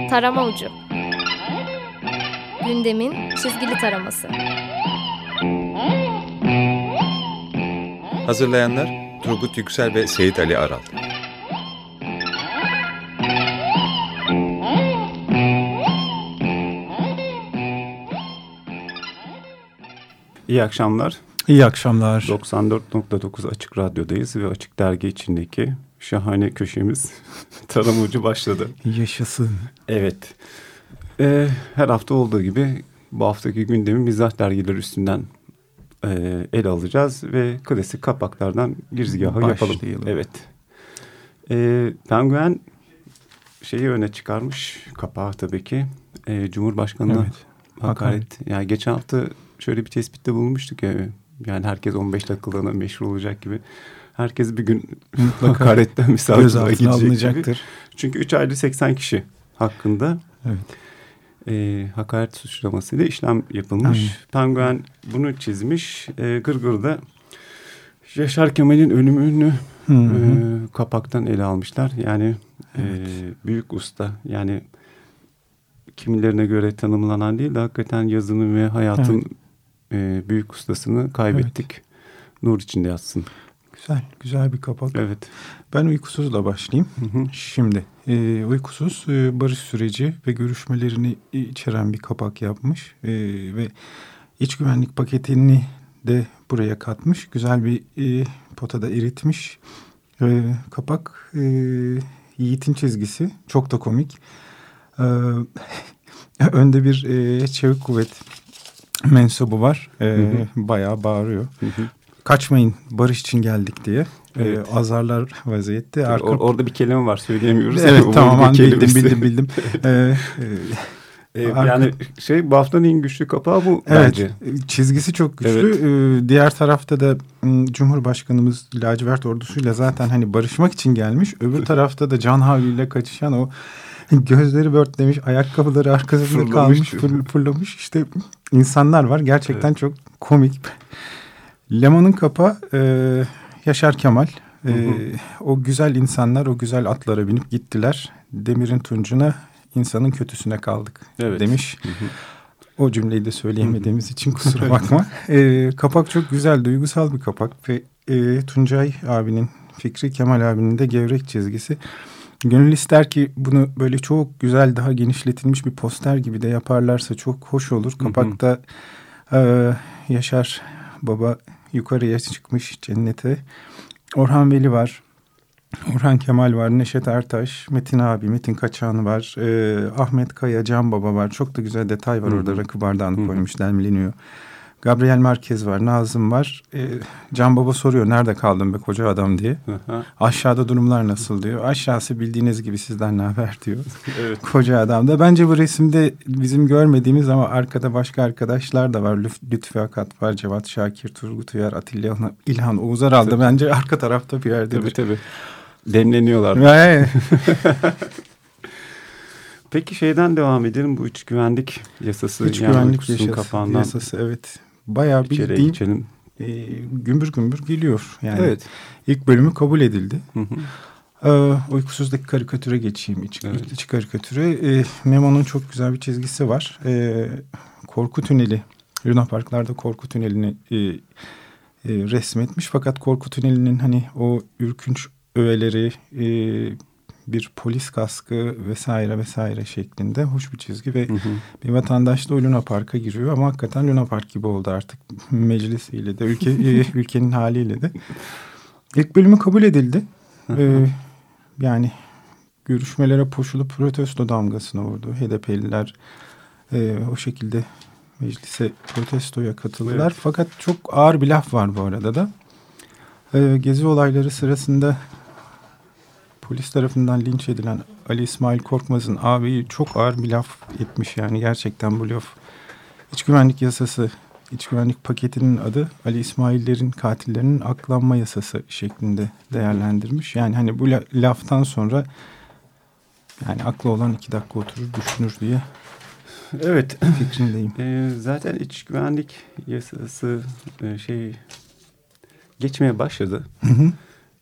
Tarama Ucu. Gündemin çizgili taraması. Hazırlayanlar Turgut Yüksel ve Seyit Ali Aral. İyi akşamlar. İyi akşamlar. 94.9 Açık Radyo'dayız ve Açık Dergi içindeki şahane köşemiz Tarama Ucu başladı. Yaşasın. Evet. Her hafta olduğu gibi bu haftaki gündemi mizah dergileri üstünden ele alacağız ve klasik kapaklardan girizgahı yapalım. Evet. Penguen şeyi öne çıkarmış, kapağı tabii ki. Cumhurbaşkanı'na hakaret. Yani geçen hafta şöyle bir tespitte bulunmuştuk ya. Yani herkes 15 dakikalığına meşhur olacak gibi. Herkes bir gün hakaretten misafirliğe gidecek gibi. Çünkü 3 ayda 80 kişi hakkında hakaret suçlamasıyla işlem yapılmış. Penguen bunu çizmiş. Gırgır'da Yaşar Kemal'in ölümünü kapaktan ele almışlar. Yani büyük usta. Yani kimilerine göre tanımlanan değil de hakikaten yazının ve hayatın büyük ustasını kaybettik. Evet. Nur içinde yatsın. Güzel bir kapak. Evet. Ben Uykusuz'la başlayayım. Şimdi Uykusuz barış süreci ve görüşmelerini içeren bir kapak yapmış. Ve iç güvenlik paketini de buraya katmış. Güzel bir potada eritmiş. Kapak Yiğit'in çizgisi. Çok da komik. Önde bir çevik kuvvet mensubu var. Bayağı bağırıyor. Kaçmayın, barış için geldik diye. Evet. Azarlar vaziyette. Orada bir kelime var, söyleyemiyoruz. Evet, tamam, bildim. Yani bu haftanın en güçlü kapağı bu bence. Çizgisi çok güçlü. Evet. Diğer tarafta da Cumhurbaşkanımız lacivert ordusuyla zaten hani barışmak için gelmiş. Öbür tarafta da can havliyle kaçışan o gözleri börtlemiş, ayakkabıları arkasında kalmış, fırlamış işte insanlar var. Gerçekten çok komik. Lemon'un kapağı Yaşar Kemal. O güzel insanlar o güzel atlara binip gittiler. Demirin tuncuna, insanın kötüsüne kaldık demiş. O cümleyi de söyleyemediğimiz için kusura bakma. Kapak çok güzel, duygusal bir kapak. Ve Tuncay abinin, Fikri Kemal abinin de gevrek çizgisi. Gönül ister ki bunu böyle çok güzel, daha genişletilmiş bir poster gibi de yaparlarsa çok hoş olur. Kapakta Yaşar Baba yukarıya çıkmış cennete. Orhan Veli var. Orhan Kemal var. Neşet Ertaş, Metin abi, Metin Kaçağan var. Ahmet Kaya, Can Baba var. Çok da güzel detay var orada. Rakı bardağını koymuş, delmeleniyor. Gabriel Marquez var, Nazım var. Can Baba soruyor, nerede kaldın be koca adam diye. Aşağıda durumlar nasıl diyor. Aşağısı bildiğiniz gibi, sizden ne haber diyor. Evet. Koca adam da. Bence bu resimde bizim görmediğimiz ama arkada başka arkadaşlar da var. Lütfi Akat var, Cevat Şakir, Turgut Uyar, Atilla İlhan, Oğuz Aral da bence arka tarafta bir yerde. Tabii. Demleniyorlar. Peki şeyden devam edelim, bu iç güvenlik yasası. İç güvenlik yasası evet. Bayağı bildiğin gümbür gümbür geliyor. Yani evet. İlk bölümü kabul edildi. Uykusuzdaki karikatüre geçeyim. İç karikatüre. Memo'nun çok güzel bir çizgisi var. Korku Tüneli. Luna Parklar'da Korku Tüneli'ni resmetmiş. Fakat Korku Tüneli'nin hani o ürkünç öğeleri, bir polis kaskı vesaire şeklinde hoş bir çizgi ve bir vatandaş da o Luna Park'a giriyor ama hakikaten Luna Park gibi oldu artık, meclisiyle de ülkenin haliyle de. İlk bölümü kabul edildi. Yani görüşmelere koşulup protesto damgasını vurdu. HDP'liler o şekilde meclise protestoya katıldılar. Evet. Fakat çok ağır bir laf var bu arada da. Gezi olayları sırasında polis tarafından linç edilen Ali İsmail Korkmaz'ın ağabeyi çok ağır bir laf etmiş. Yani gerçekten bu laf. İç güvenlik yasası, iç güvenlik paketinin adı Ali İsmail'lerin katillerinin aklanma yasası şeklinde değerlendirmiş. Yani hani bu laftan sonra yani aklı olan 2 dakika oturur düşünür diye fikrindeyim. Zaten iç güvenlik yasası geçmeye başladı.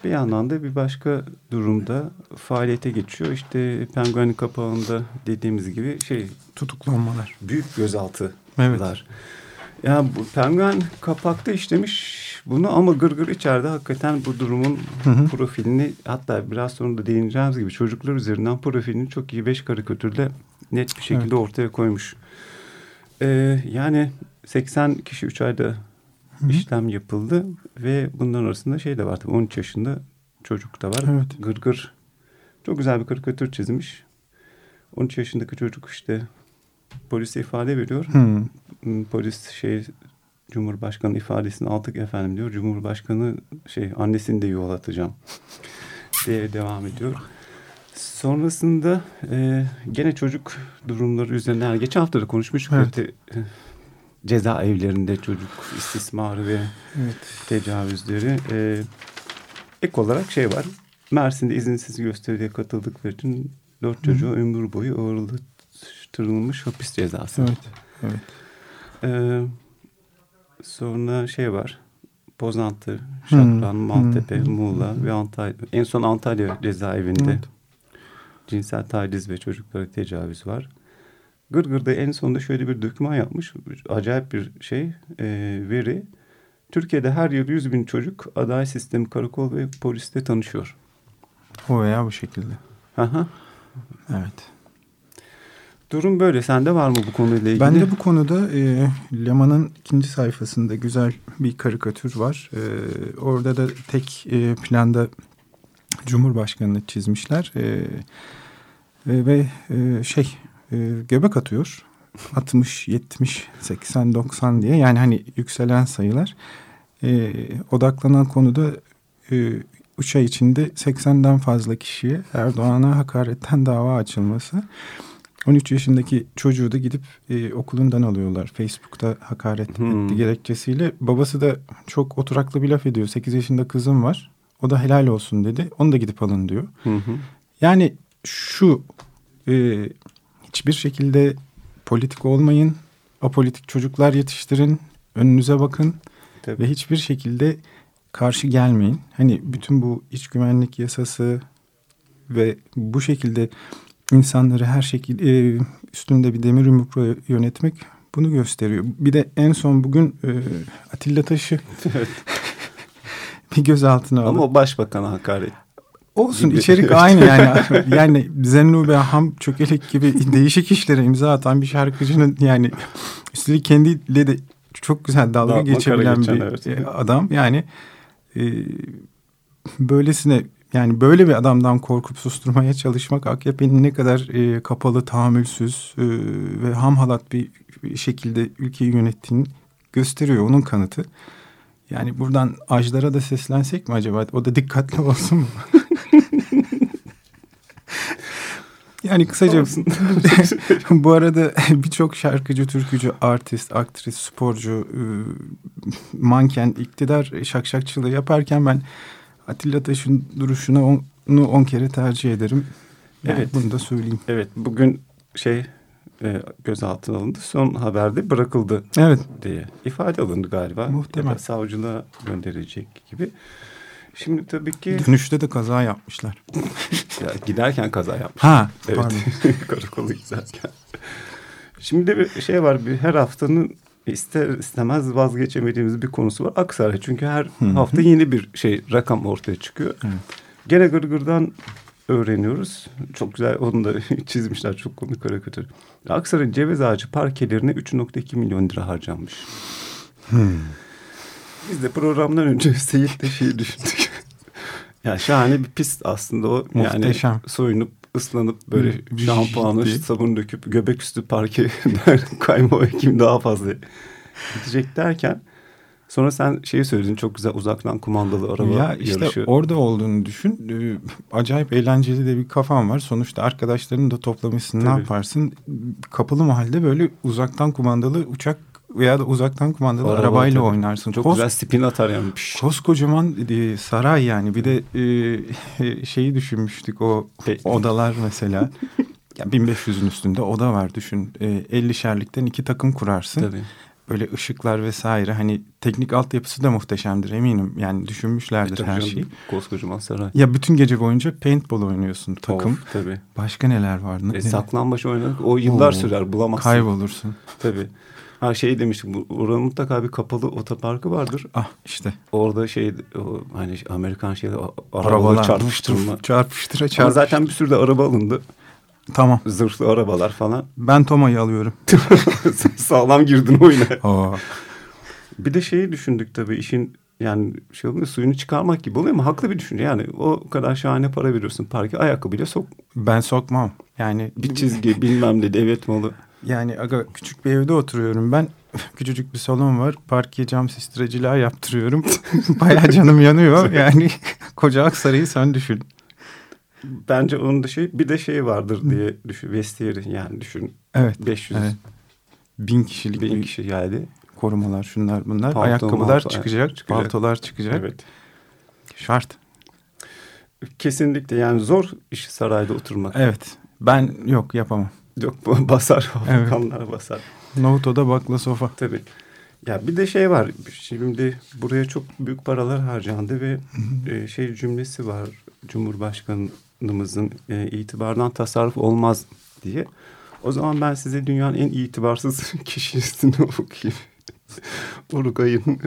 Bir yandan da bir başka durumda faaliyete geçiyor. İşte Penguen'in kapağında dediğimiz gibi tutuklanmalar. Büyük gözaltılar. Evet. Ya bu Penguen kapakta işlemiş bunu ama Gırgır içeride hakikaten bu durumun profilini, hatta biraz sonra da değineceğimiz gibi çocuklar üzerinden profilini çok iyi 5 karikatürle net bir şekilde ortaya koymuş. Yani 80 kişi 3 ayda işlem yapıldı ve bunların arasında de var tabii, 13 yaşında çocuk da var. Evet. Gırgır çok güzel bir karikatür çizmiş. 13 yaşındaki çocuk polise ifade veriyor. Polis Cumhurbaşkanı ifadesini aldık efendim diyor. Cumhurbaşkanı annesini de yuvalatacağım diye devam ediyor. Sonrasında gene çocuk durumları üzerine geçen hafta da konuşmuştuk. Evet. Cezaevlerinde çocuk istismarı ve tecavüzleri. Ek olarak var. Mersin'de izinsiz gösteriye katıldıkları için 4 çocuğa ömür boyu ağırlaştırılmış hapis cezası. Evet. Sonra var. Pozantı, Şakran, Maltepe, Muğla ve Antalya. En son Antalya cezaevinde cinsel taciz ve çocuklara tecavüz var. Gırgır'da en sonunda şöyle bir doküman yapmış. Acayip bir veri. Türkiye'de her yıl 100.000 çocuk adalet sistemi, karakol ve poliste tanışıyor. O veya bu şekilde. Aha. Evet. Durum böyle. Sende var mı bu konuyla ilgili? Ben de bu konuda Leman'ın 2. sayfasında güzel bir karikatür var. Orada da tek planda Cumhurbaşkanı'nı çizmişler. Ve göbek atıyor. 60, 70, 80, 90 diye. Yani hani yükselen sayılar. Odaklanan konuda 3 ay içinde 80'den fazla kişiye Erdoğan'a hakaretten dava açılması. 13 yaşındaki çocuğu da gidip okulundan alıyorlar. Facebook'ta hakaret etti gerekçesiyle. Babası da çok oturaklı bir laf ediyor. 8 yaşında kızım var. O da helal olsun dedi. Onu da gidip alın diyor. Yani hiçbir şekilde politik olmayın. Apolitik çocuklar yetiştirin. Önünüze bakın. Tabii. Ve hiçbir şekilde karşı gelmeyin. Hani bütün bu iç güvenlik yasası ve bu şekilde insanları her şekilde üstünde bir demir yumrukla yönetmek bunu gösteriyor. Bir de en son bugün Atilla Taş'ı bir gözaltına aldı. Ama o başbakana hakaret. Olsun, içerik aynı yani. Yani Zennube Ham Çökelek gibi değişik işlere imza atan bir şarkıcının üstelik kendiyle de çok güzel dalga geçebilen bir adam. Yani böylesine, yani böyle bir adamdan korkup susturmaya çalışmak AKP'nin ne kadar kapalı, tahammülsüz ve hamhalat bir şekilde ülkeyi yönettiğini gösteriyor, onun kanıtı. Yani buradan Ajdar'a da seslensek mi acaba? O da dikkatli olsun mu? Yani kısaca bu arada birçok şarkıcı, türkücü, artist, aktris, sporcu, manken, iktidar şakşakçılığı yaparken ben Atilla Taş'ın duruşunu 10 kere tercih ederim. Yani evet. Bunu da söyleyeyim. Evet, bugün gözaltına alındı. Son haberde bırakıldı diye ifade alındı galiba. Muhtemelen. Ya da savcılığa gönderilecek gibi. Şimdi tabii ki... Dönüşte de kaza yapmışlar. Ya, giderken kaza yapmış. Evet. Pardon. Karakolu giderken. Şimdi de bir var. Her haftanın ister istemez vazgeçemediğimiz bir konusu var. Aksaray. Çünkü her hafta yeni bir rakam ortaya çıkıyor. Evet. Gene Gırgır'dan öğreniyoruz. Çok güzel, onu da çizmişler. Çok komik karikatür. Aksaray'ın ceviz ağacı parkelerine 3.2 milyon lira harcanmış. Biz de programdan önce Seyit'te düşündük. Ya şahane bir pist aslında o. Muhteşem. Yani soyunup ıslanıp böyle şampuanı, sabun döküp göbek üstü parke kayma kim daha fazla gidecek derken sonra sen söyledin, çok güzel, uzaktan kumandalı araba yarışı. Ya işte orada olduğunu düşün. Acayip eğlenceli de bir kafam var. Sonuçta arkadaşlarını da toplamışsın. Tabii. Ne yaparsın? Kapalı mahallede böyle uzaktan kumandalı uçak veya da uzaktan kumandalı arabayla oynarsın. Çok güzel spin atar yani. Koskocaman saray yani. Bir de düşünmüştük, o odalar mesela. Yani 1500'ün üstünde oda var düşün. 50'şerlikten 2 takım kurarsın. Tabii. böyle ışıklar vesaire, hani teknik altyapısı da muhteşemdir eminim. Yani düşünmüşlerdir her şeyi. Koskocaman saray. Ya bütün gece boyunca paintball oynuyorsun, takım. Of, tabii. Başka neler var? Saklambaç oynadık. O yıllar sürer, bulamazsın. Kaybolursun. Tabii. Ha şey demiştim, oranın mutlaka bir kapalı otoparkı vardır. Ah işte. Orada hani Amerikan Arabalar arabaları çarpıştırma. Çarpıştıra. Ama zaten bir sürü de araba alındı. Tamam. Zırhlı arabalar falan. Ben Toma'yı alıyorum. Sağlam girdin oyuna. Oo. Bir de şeyi düşündük tabii, işin yani şey oluyor, suyunu çıkarmak gibi oluyor ama haklı bir düşünce. Yani o kadar şahane para veriyorsun parka, ayakkabıyla sok. Ben sokmam. Yani Bir çizgi bilmem ne devlet malı. Yani aga, küçük bir evde oturuyorum ben. Küçücük bir salon var. Parkeye cam sistireciler yaptırıyorum. Bayağı canım yanıyor. Yani koca Aksaray'ı sen düşün. Bence onun da bir de şey vardır diye düşün. Vestiyeri yani düşün. Evet. 500. Evet. 1000 kişilik 1000 kişi geldi. korumalar, şunlar bunlar. Palto, ayakkabılar malto, çıkacak. Paltolar çıkacak. Evet. Şart. Kesinlikle yani zor iş sarayda oturmak. Evet. Ben yok yapamam. Yok basar. Evet. Kanlar basar. Nohuto'da bakla sofa. Tabii. Ya bir de şey var. Şimdi buraya çok büyük paralar harcandı ve cümlesi var. Cumhurbaşkanımızın itibardan tasarruf olmaz diye. O zaman ben size dünyanın en itibarsız kişisini okuyayım. Uruguay'ın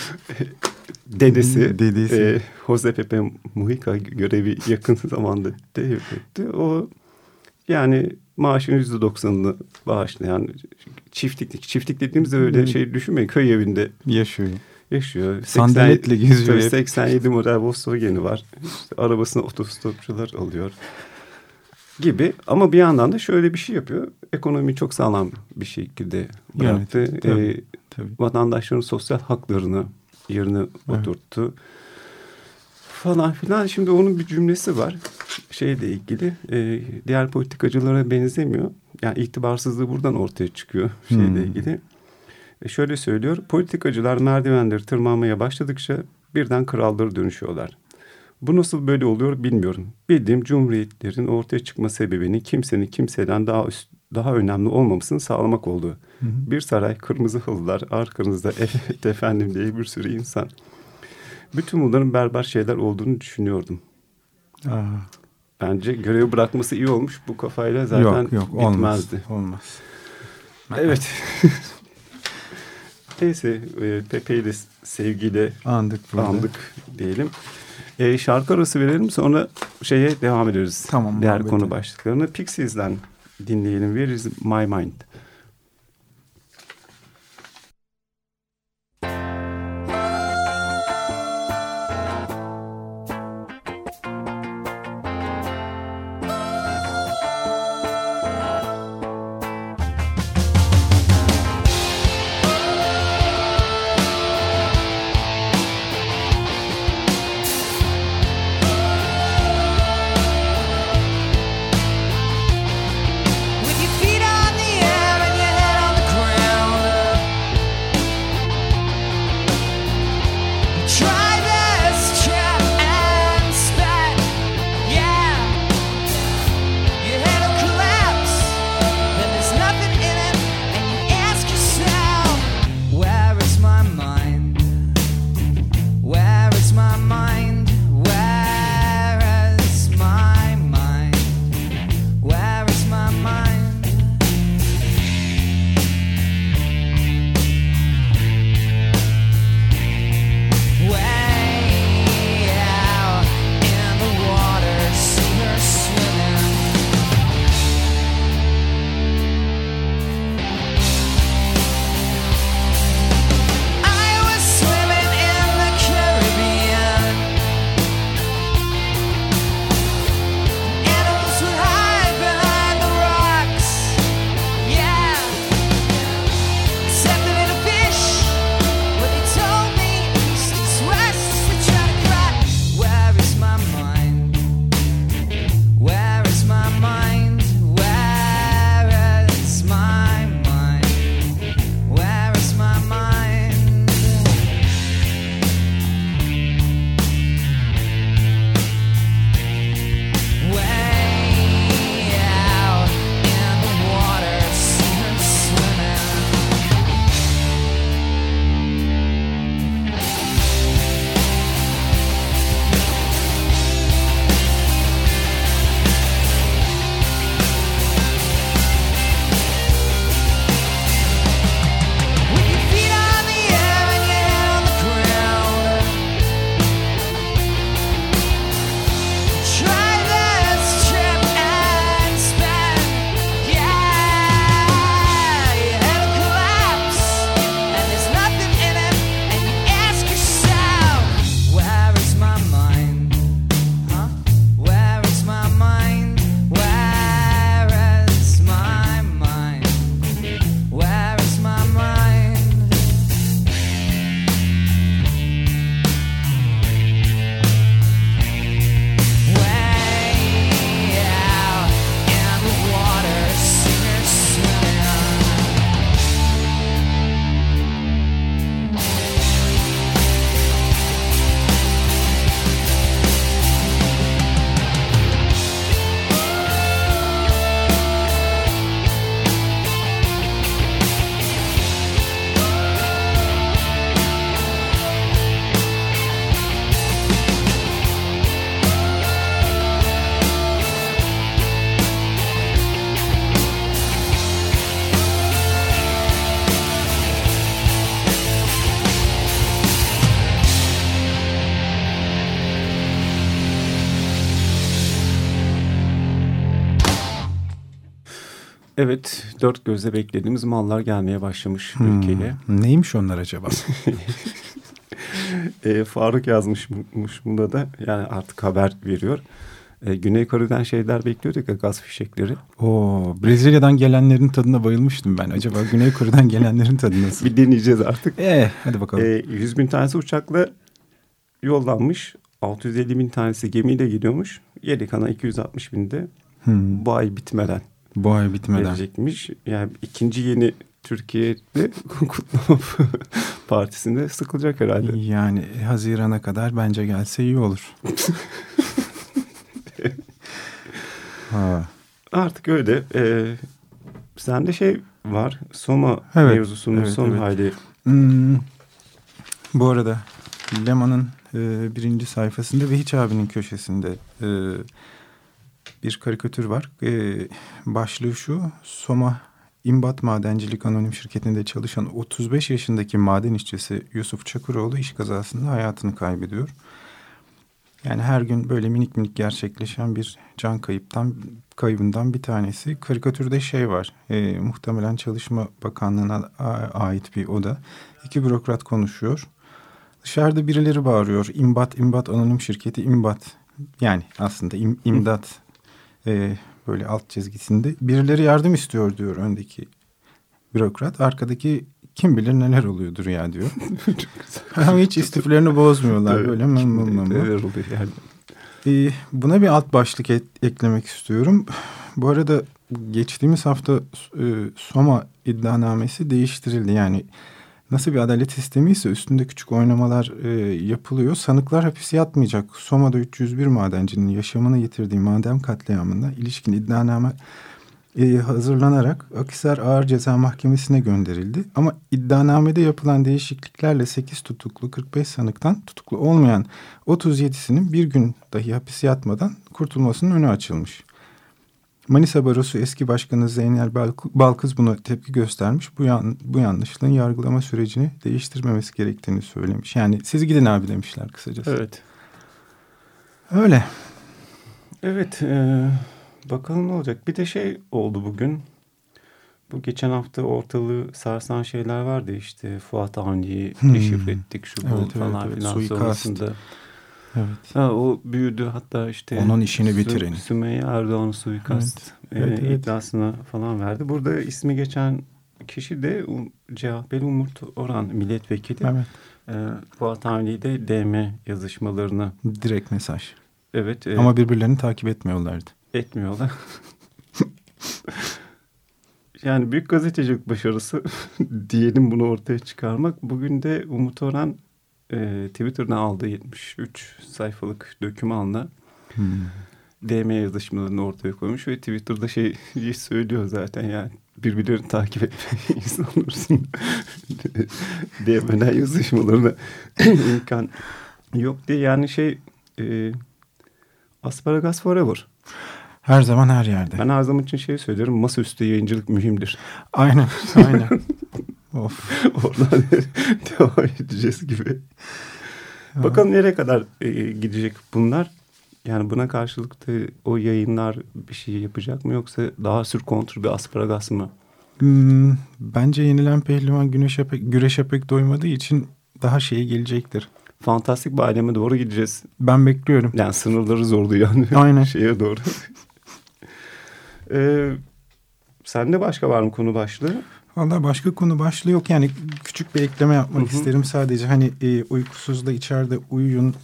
dedesi. Jose Pepe Mujica görevi yakın zamanda devretti. O yani maaşın %90'ını bağışlayan çiftlik dediğimizde öyle düşünmeyin, köy evinde yaşıyor. Sandaletle geziyor. 87 model Volkswagen'i var. İşte arabasına otostopçular alıyor gibi. Ama bir yandan da şöyle bir şey yapıyor. Ekonomiyi çok sağlam bir şekilde bıraktı. Tabii. Vatandaşların sosyal haklarını yerine oturttu. Falan filan. Şimdi onun bir cümlesi var. Şeyle ilgili. Diğer politikacılara benzemiyor. Yani itibarsızlığı buradan ortaya çıkıyor şeyle ilgili. Şöyle söylüyor. Politikacılar merdivenleri tırmanmaya başladıkça birden krallara dönüşüyorlar. Bu nasıl böyle oluyor bilmiyorum. Bildiğim cumhuriyetlerin ortaya çıkma sebebinin kimsenin kimseden daha önemli olmamasını sağlamak olduğu. Bir saray, kırmızı halılar, arkanızda evet efendim diye bir sürü insan. Bütün bunların berbat şeyler olduğunu düşünüyordum. Bence görevi bırakması iyi olmuş. Bu kafayla zaten bitmezdi. Olmaz. Evet. Neyse Pepe'yi de sevgiyle andık diyelim. Şarkı arası verelim, sonra devam ederiz. Tamam. Diğer konu başlıklarını. Pixies'den dinleyelim. Where is my mind? With your feet on the air Evet, dört gözle beklediğimiz mallar gelmeye başlamış ülkeye. Neymiş onlar acaba? Faruk yazmışmış bunda da, yani artık haber veriyor. Güney Kore'den şeyler bekliyorduk ya, gaz fişekleri. Oo, Brezilya'dan gelenlerin tadına bayılmıştım ben. Acaba Güney Kore'den gelenlerin tadı nasıl? Bir deneyeceğiz artık. Hadi bakalım. 100 bin tanesi uçakla yollanmış. 650 bin tanesi gemiyle gidiyormuş. Geri kalan 260 bin de bu ay bitmeden. Bu ay bitmeden. Gelecekmiş. Yani ikinci yeni Türkiye'de kutlama partisinde sıkılacak herhalde. Yani Haziran'a kadar bence gelse iyi olur. Ha. Artık öyle. Sende şey var. Soma mevzusunun son hali. Bu arada Leman'ın birinci sayfasında ve Hiç abinin köşesinde bir karikatür var. Başlığı şu: Soma İmbat Madencilik Anonim Şirketi'nde çalışan 35 yaşındaki maden işçisi Yusuf Çakıroğlu iş kazasında hayatını kaybediyor. Yani her gün böyle minik minik gerçekleşen bir can kaybından bir tanesi. Karikatürde şey var. Muhtemelen Çalışma Bakanlığı'na ait bir oda. İki bürokrat konuşuyor. Dışarıda birileri bağırıyor. İmbat Anonim Şirketi imbat. Yani aslında imdat böyle alt çizgisinde. Birileri yardım istiyor diyor öndeki bürokrat. Arkadaki kim bilir neler oluyordur ya diyor. Ama hiç istiflerini bozmuyorlar. Evet, böyle neler oluyor yani. Buna bir alt başlık eklemek istiyorum. Bu arada geçtiğimiz hafta Soma iddianamesi değiştirildi. Yani nasıl bir adalet sistemi ise üstünde küçük oynamalar yapılıyor. Sanıklar hapis yatmayacak. Soma'da 301 madencinin yaşamını yitirdiği maden katliamına ilişkin iddianame hazırlanarak Akhisar Ağır Ceza Mahkemesi'ne gönderildi. Ama iddianamede yapılan değişikliklerle 8 tutuklu 45 sanıktan tutuklu olmayan 37'sinin bir gün dahi hapis yatmadan kurtulmasının önü açılmış. Manisa Barosu eski başkanı Zeynel Balkız buna tepki göstermiş. Bu yanlışlığın yargılama sürecini değiştirmemesi gerektiğini söylemiş. Yani siz gidin abi demişler kısacası. Evet. Öyle. Evet. Bakalım ne olacak. Bir de şey oldu bugün. Bu geçen hafta ortalığı sarsan şeyler vardı işte. Fuat Avni'yi deşifre ettik şu bu falan filan sonrasında. Evet. O büyüdü hatta işte. Onun işini bitireni. Sümeyye Erdoğan suikast iddiasına falan verdi. Burada ismi geçen kişi de CHP'li Umut Orhan milletvekili. Evet. Fuat Avni'yi de DM yazışmalarını. Direkt mesaj. Evet. Ama birbirlerini takip etmiyorlardı. Etmiyorlar. Yani büyük gazetecilik başarısı diyelim bunu ortaya çıkarmak. Bugün de Umut Orhan Twitter'dan aldığı 73 sayfalık dokümanla DM yazışmalarını ortaya koymuş ve Twitter'da şeyi söylüyor zaten, yani birbirlerini takip etmeyi insan olursun. DM'den yazışmalarına imkan yok diye, yani asparagas forever. Her zaman her yerde. Ben her zaman için söylüyorum, masaüstü yayıncılık mühimdir. Aynen. Of. Oradan devam edeceğiz gibi. Bakalım nereye kadar gidecek bunlar? Yani buna karşılık da o yayınlar bir şey yapacak mı, yoksa daha sürkontür bir asparagas mı? Bence yenilen pehlivan güreşe pek doymadığı için daha gelecektir. Fantastik bir aleme doğru gideceğiz. Ben bekliyorum. Yani sınırları zordu yani. Aynen. Şeye doğru. Sende başka var mı konu başlığı? Vallahi başka konu başlığı yok. Yani küçük bir ekleme yapmak isterim sadece. Hani uykusuz da içeride uyuyun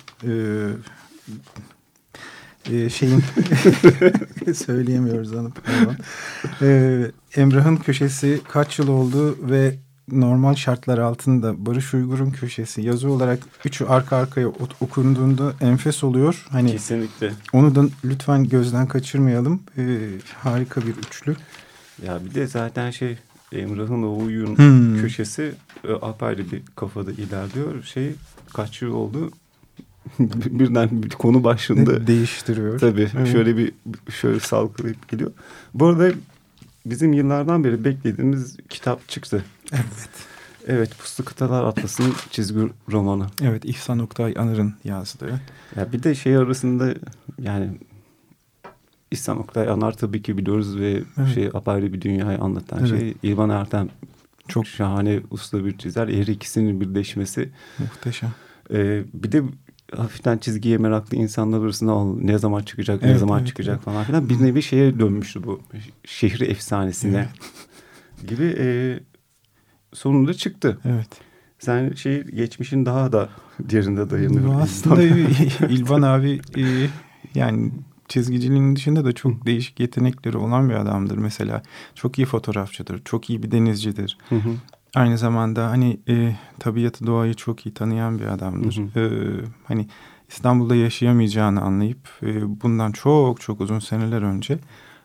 söyleyemiyoruz onu. Emrah'ın köşesi kaç yıl oldu ve normal şartlar altında Barış Uygur'un köşesi yazı olarak üçü arka arkaya okunduğunda enfes oluyor. Hani kesinlikle. Onu da lütfen gözden kaçırmayalım. Harika bir üçlü. Ya bir de zaten Emrah'ın o oyun köşesi apayrı bir kafada ilerliyor. Kaç yıl oldu? Birden bir konu başlığında değiştiriyor. Tabii. Evet. Şöyle salgılayıp geliyor. Bu arada bizim yıllardan beri beklediğimiz kitap çıktı. Evet. Evet, Puslu Kıtalar Atlas'ın çizgi romanı. Evet, İhsan Oktay Anır'ın yazdığı. Ya bir de arasında, yani İhsan Oktay Anar tabii ki biliyoruz ve apayrı bir dünyayı anlatan şey. İlvan Ertem çok şahane usta bir çizer. Her ikisinin birleşmesi. Muhteşem. Bir de hafiften çizgiye meraklı insanlar arasında ne zaman çıkacak, ne zaman çıkacak falan filan. Bir nevi şeye dönmüştü bu. Şehri efsanesine gibi. Sonunda çıktı. Evet. Sen geçmişin daha da derinde dayanıyor. Aslında İlvan abi yani çizgiciliğinin dışında da çok değişik yetenekleri olan bir adamdır. Mesela çok iyi fotoğrafçıdır, çok iyi bir denizcidir. Hı hı. Aynı zamanda hani tabiatı, doğayı çok iyi tanıyan bir adamdır. Hı hı. Hani İstanbul'da yaşayamayacağını anlayıp bundan çok çok uzun seneler önce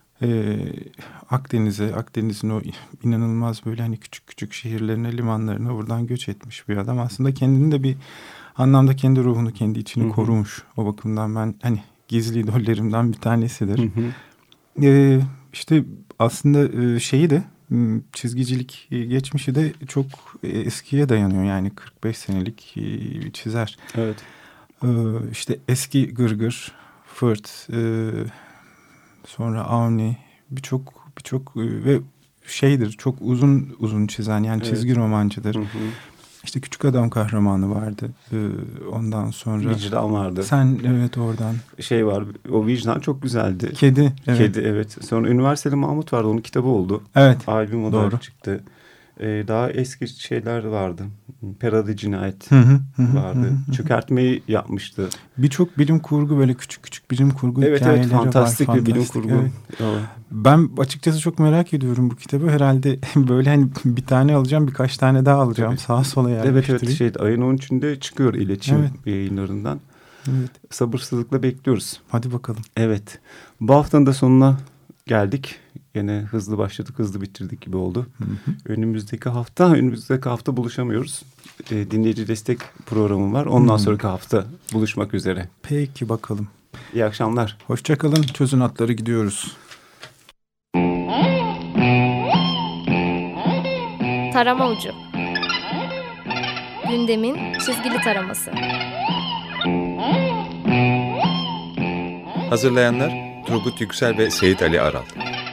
Akdeniz'in o inanılmaz böyle hani küçük küçük şehirlerine, limanlarına buradan göç etmiş bir adam. Aslında kendini de bir anlamda kendi ruhunu, kendi içini korumuş. O bakımdan ben hani gizli idollerimden bir tanesidir. İşte aslında çizgicilik geçmişi de çok eskiye dayanıyor. Yani 45 senelik çizer. Evet. İşte eski Gırgır, Fırt, sonra Avni birçok ve çok uzun çizen yani çizgi romancıdır. İşte Küçük Adam Kahramanı vardı. Ondan sonra Vicdan vardı. Sen oradan. Var. O Vicdan çok güzeldi. Kedi. Evet. Kedi evet. Sonra Üniversiteli Mahmut vardı. Onun kitabı oldu. Evet. Albüm olarak çıktı. Daha eski şeyler vardı. Peradı Cinayet vardı. Çökertmeyi yapmıştı. Birçok bilim kurgu böyle küçük bilim kurgu hikayeleri var. Fantastik bir bilim kurgu. Evet. Ben açıkçası çok merak ediyorum bu kitabı. Herhalde böyle hani bir tane alacağım, birkaç tane daha alacağım. Sağa sola yerleştireyim. Evet ayın 13'ünde çıkıyor iletişim yayınlarından. Evet. Sabırsızlıkla bekliyoruz. Hadi bakalım. Evet. Bu haftanın da sonuna geldik. Yine hızlı başladık, hızlı bitirdik gibi oldu. Önümüzdeki hafta buluşamıyoruz. Dinleyici destek programım var. Ondan sonraki hafta buluşmak üzere. Peki bakalım. İyi akşamlar. Hoşça kalın. Çözün atları gidiyoruz. Tarama Ucu. Gündemin çizgili taraması. Hazırlayanlar Turgut Yüksel ve Seyit Ali Aral.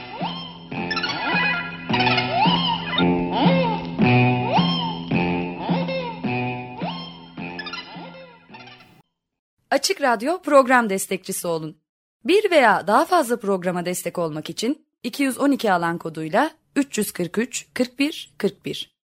Açık Radyo program destekçisi olun. Bir veya daha fazla programa destek olmak için 212 alan koduyla 343 41 41